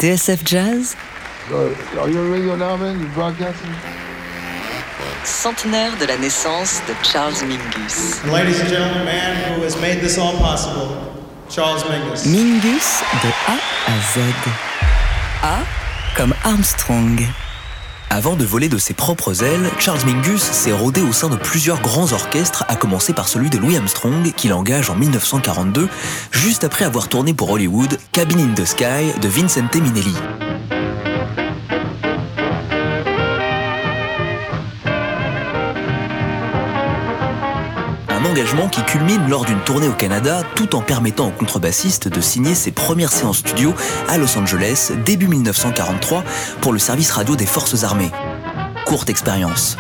TSF Jazz. Are you a radio now, man? You broadcasting? Centenaire de la naissance de Charles Mingus. And ladies and gentlemen, the man who has made this all possible, Charles Mingus. Mingus de A à Z. A comme Armstrong. Avant de voler de ses propres ailes, Charles Mingus s'est rodé au sein de plusieurs grands orchestres, à commencer par celui de Louis Armstrong, qu'il engage en 1942, juste après avoir tourné pour Hollywood Cabin in the Sky de Vincente Minnelli. Un engagement qui culmine lors d'une tournée au Canada, tout en permettant au contrebassiste de signer ses premières séances studio à Los Angeles début 1943 pour le service radio des Forces armées. Courte expérience.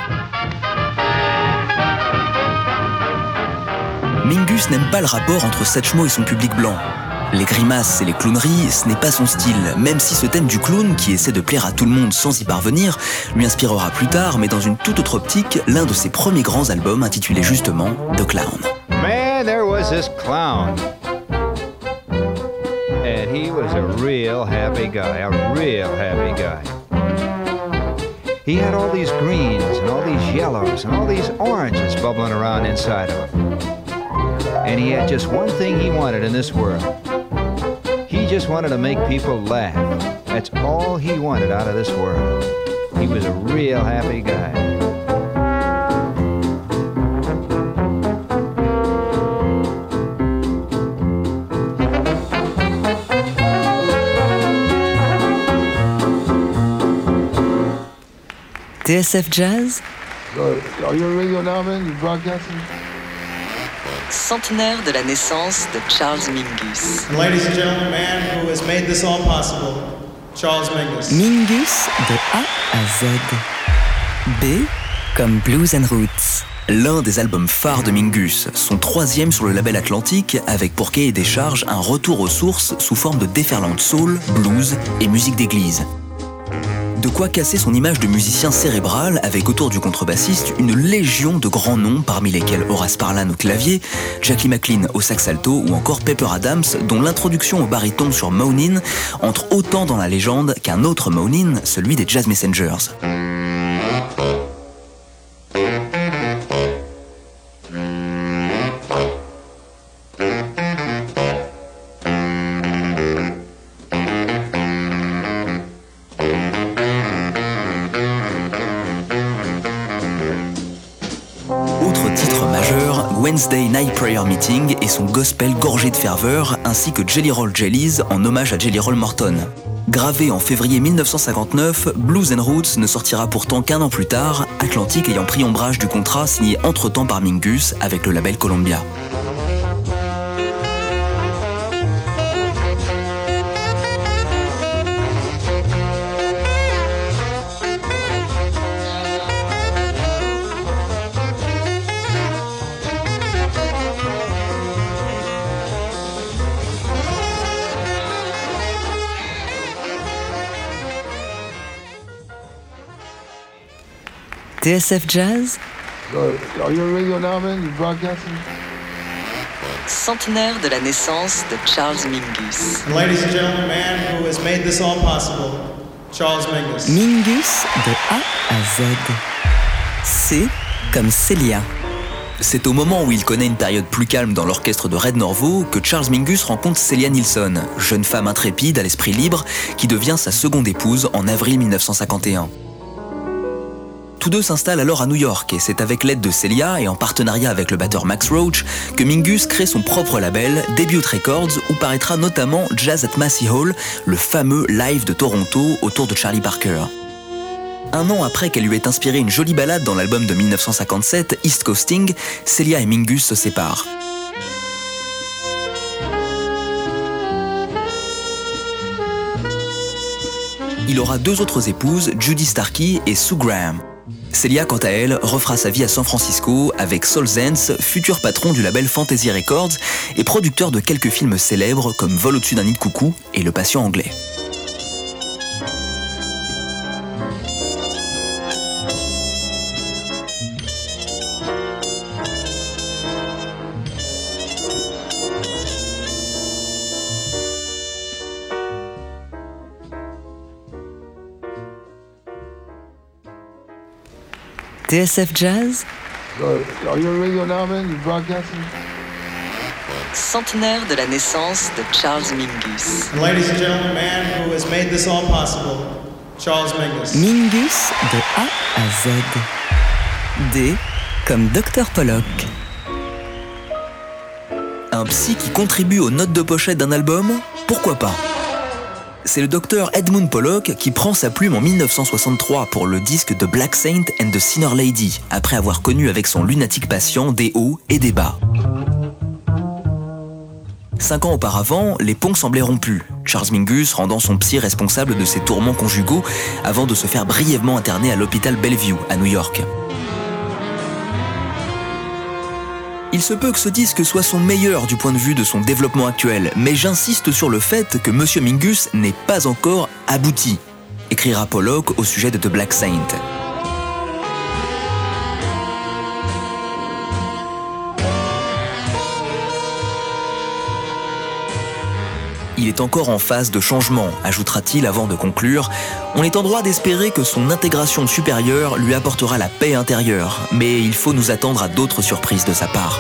Mingus n'aime pas le rapport entre Satchmo et son public blanc. Les grimaces et les clowneries, ce n'est pas son style, même si ce thème du clown, qui essaie de plaire à tout le monde sans y parvenir, lui inspirera plus tard, mais dans une toute autre optique, l'un de ses premiers grands albums intitulé justement The Clown. Man, there was this clown. And he was a real happy guy, He had all these greens and all these yellows and all these oranges bubbling around inside of him. And he had just one thing he wanted in this world. He just wanted to make people laugh. That's all he wanted out of this world. He was a real happy guy. TSF Jazz. Are you a radio now, man? You broadcasting? Centenaire de la naissance de Charles Mingus. And ladies and gentlemen, the man who has made this all possible, Charles Mingus. Mingus de A à Z. B comme Blues and Roots. L'un des albums phares de Mingus, son troisième sur le label Atlantique, avec pour cahier des charges un retour aux sources sous forme de déferlante soul, blues et musique d'église. De quoi casser son image de musicien cérébral avec autour du contrebassiste une légion de grands noms parmi lesquels Horace Parlan au clavier, Jackie McLean au sax alto ou encore Pepper Adams dont l'introduction au baryton sur Moanin entre autant dans la légende qu'un autre Moanin, celui des Jazz Messengers. Wednesday Night Prayer Meeting et son gospel gorgé de ferveur, ainsi que Jelly Roll Jellies en hommage à Jelly Roll Morton. Gravé en février 1959, Blues and Roots ne sortira pourtant qu'un an plus tard, Atlantique ayant pris ombrage du contrat signé entre-temps par Mingus avec le label Columbia. TSF Jazz. Are you a radio now, man? You broadcasting? Centenaire de la naissance de Charles Mingus. And ladies and gentlemen, the man who has made this all possible, Charles Mingus. Mingus de A à Z. C comme Celia. C'est au moment où il connaît une période plus calme dans l'orchestre de Red Norvo que Charles Mingus rencontre Celia Nilsson, jeune femme intrépide à l'esprit libre qui devient sa seconde épouse en avril 1951. Tous deux s'installent alors à New York et c'est avec l'aide de Celia et en partenariat avec le batteur Max Roach que Mingus crée son propre label, Debut Records, où paraîtra notamment Jazz at Massey Hall, le fameux live de Toronto autour de Charlie Parker. Un an après qu'elle lui ait inspiré une jolie ballade dans l'album de 1957, East Coasting, Celia et Mingus se séparent. Il aura deux autres épouses, Judy Starkey et Sue Graham. Celia, quant à elle, refera sa vie à San Francisco avec Saul Zaentz, futur patron du label Fantasy Records et producteur de quelques films célèbres comme Vol au-dessus d'un nid de coucou et Le patient anglais. TSF Jazz, Are you on radio now, man? You broadcasting? centenaire de la naissance de Charles Mingus. And ladies and gentlemen, the man who has made this all possible, Charles Mingus. Mingus de A à Z. D comme Dr Pollock. Un psy qui contribue aux notes de pochette d'un album, pourquoi pas? C'est le docteur Edmund Pollock qui prend sa plume en 1963 pour le disque The Black Saint and the Sinner Lady, après avoir connu avec son lunatique patient des hauts et des bas. 5 ans auparavant, les ponts semblaient rompus, Charles Mingus rendant son psy responsable de ses tourments conjugaux avant de se faire brièvement interner à l'hôpital Bellevue, à New York. Il se peut que ce disque soit son meilleur du point de vue de son développement actuel, mais j'insiste sur le fait que Monsieur Mingus n'est pas encore abouti, écrira Pollock au sujet de The Black Saint. Il est encore en phase de changement, ajoutera-t-il avant de conclure. On est en droit d'espérer que son intégration supérieure lui apportera la paix intérieure, mais il faut nous attendre à d'autres surprises de sa part.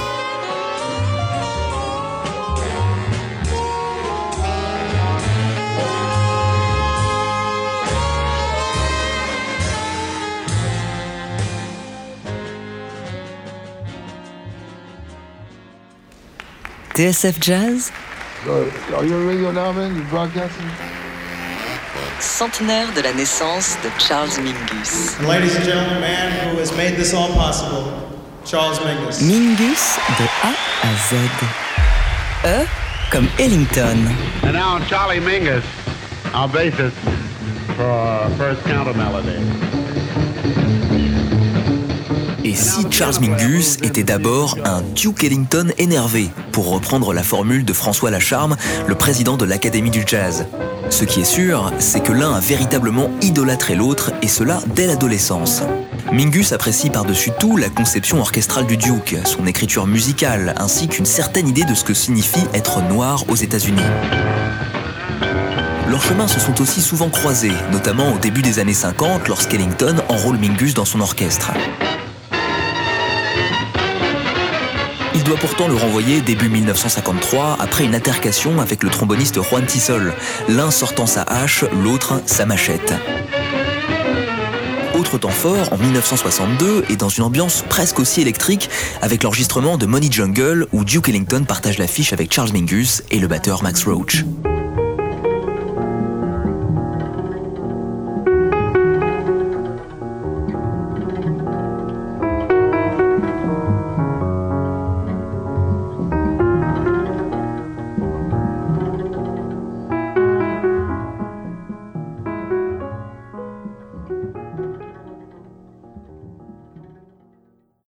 TSF Jazz, Are you on radio now, man? You broadcasting? centenaire de la naissance de Charles Mingus. And ladies and gentlemen, the man who has made this all possible, Charles Mingus. Mingus de A à Z. E comme Ellington. And now Charlie Mingus, our bassist for First Counter Melody. Et si Charles Mingus était d'abord un Duke Ellington énervé, pour reprendre la formule de François Lacharme, le président de l'Académie du Jazz? Ce qui est sûr, c'est que l'un a véritablement idolâtré l'autre, et cela dès l'adolescence. Mingus apprécie par-dessus tout la conception orchestrale du Duke, son écriture musicale, ainsi qu'une certaine idée de ce que signifie être noir aux États-Unis. Leurs chemins se sont aussi souvent croisés, notamment au début des années 50, lorsqu'Ellington enrôle Mingus dans son orchestre. Il doit pourtant le renvoyer début 1953 après une altercation avec le tromboniste Juan Tisol, l'un sortant sa hache, l'autre sa machette. Autre temps fort, en 1962, et dans une ambiance presque aussi électrique, avec l'enregistrement de Money Jungle où Duke Ellington partage l'affiche avec Charles Mingus et le batteur Max Roach.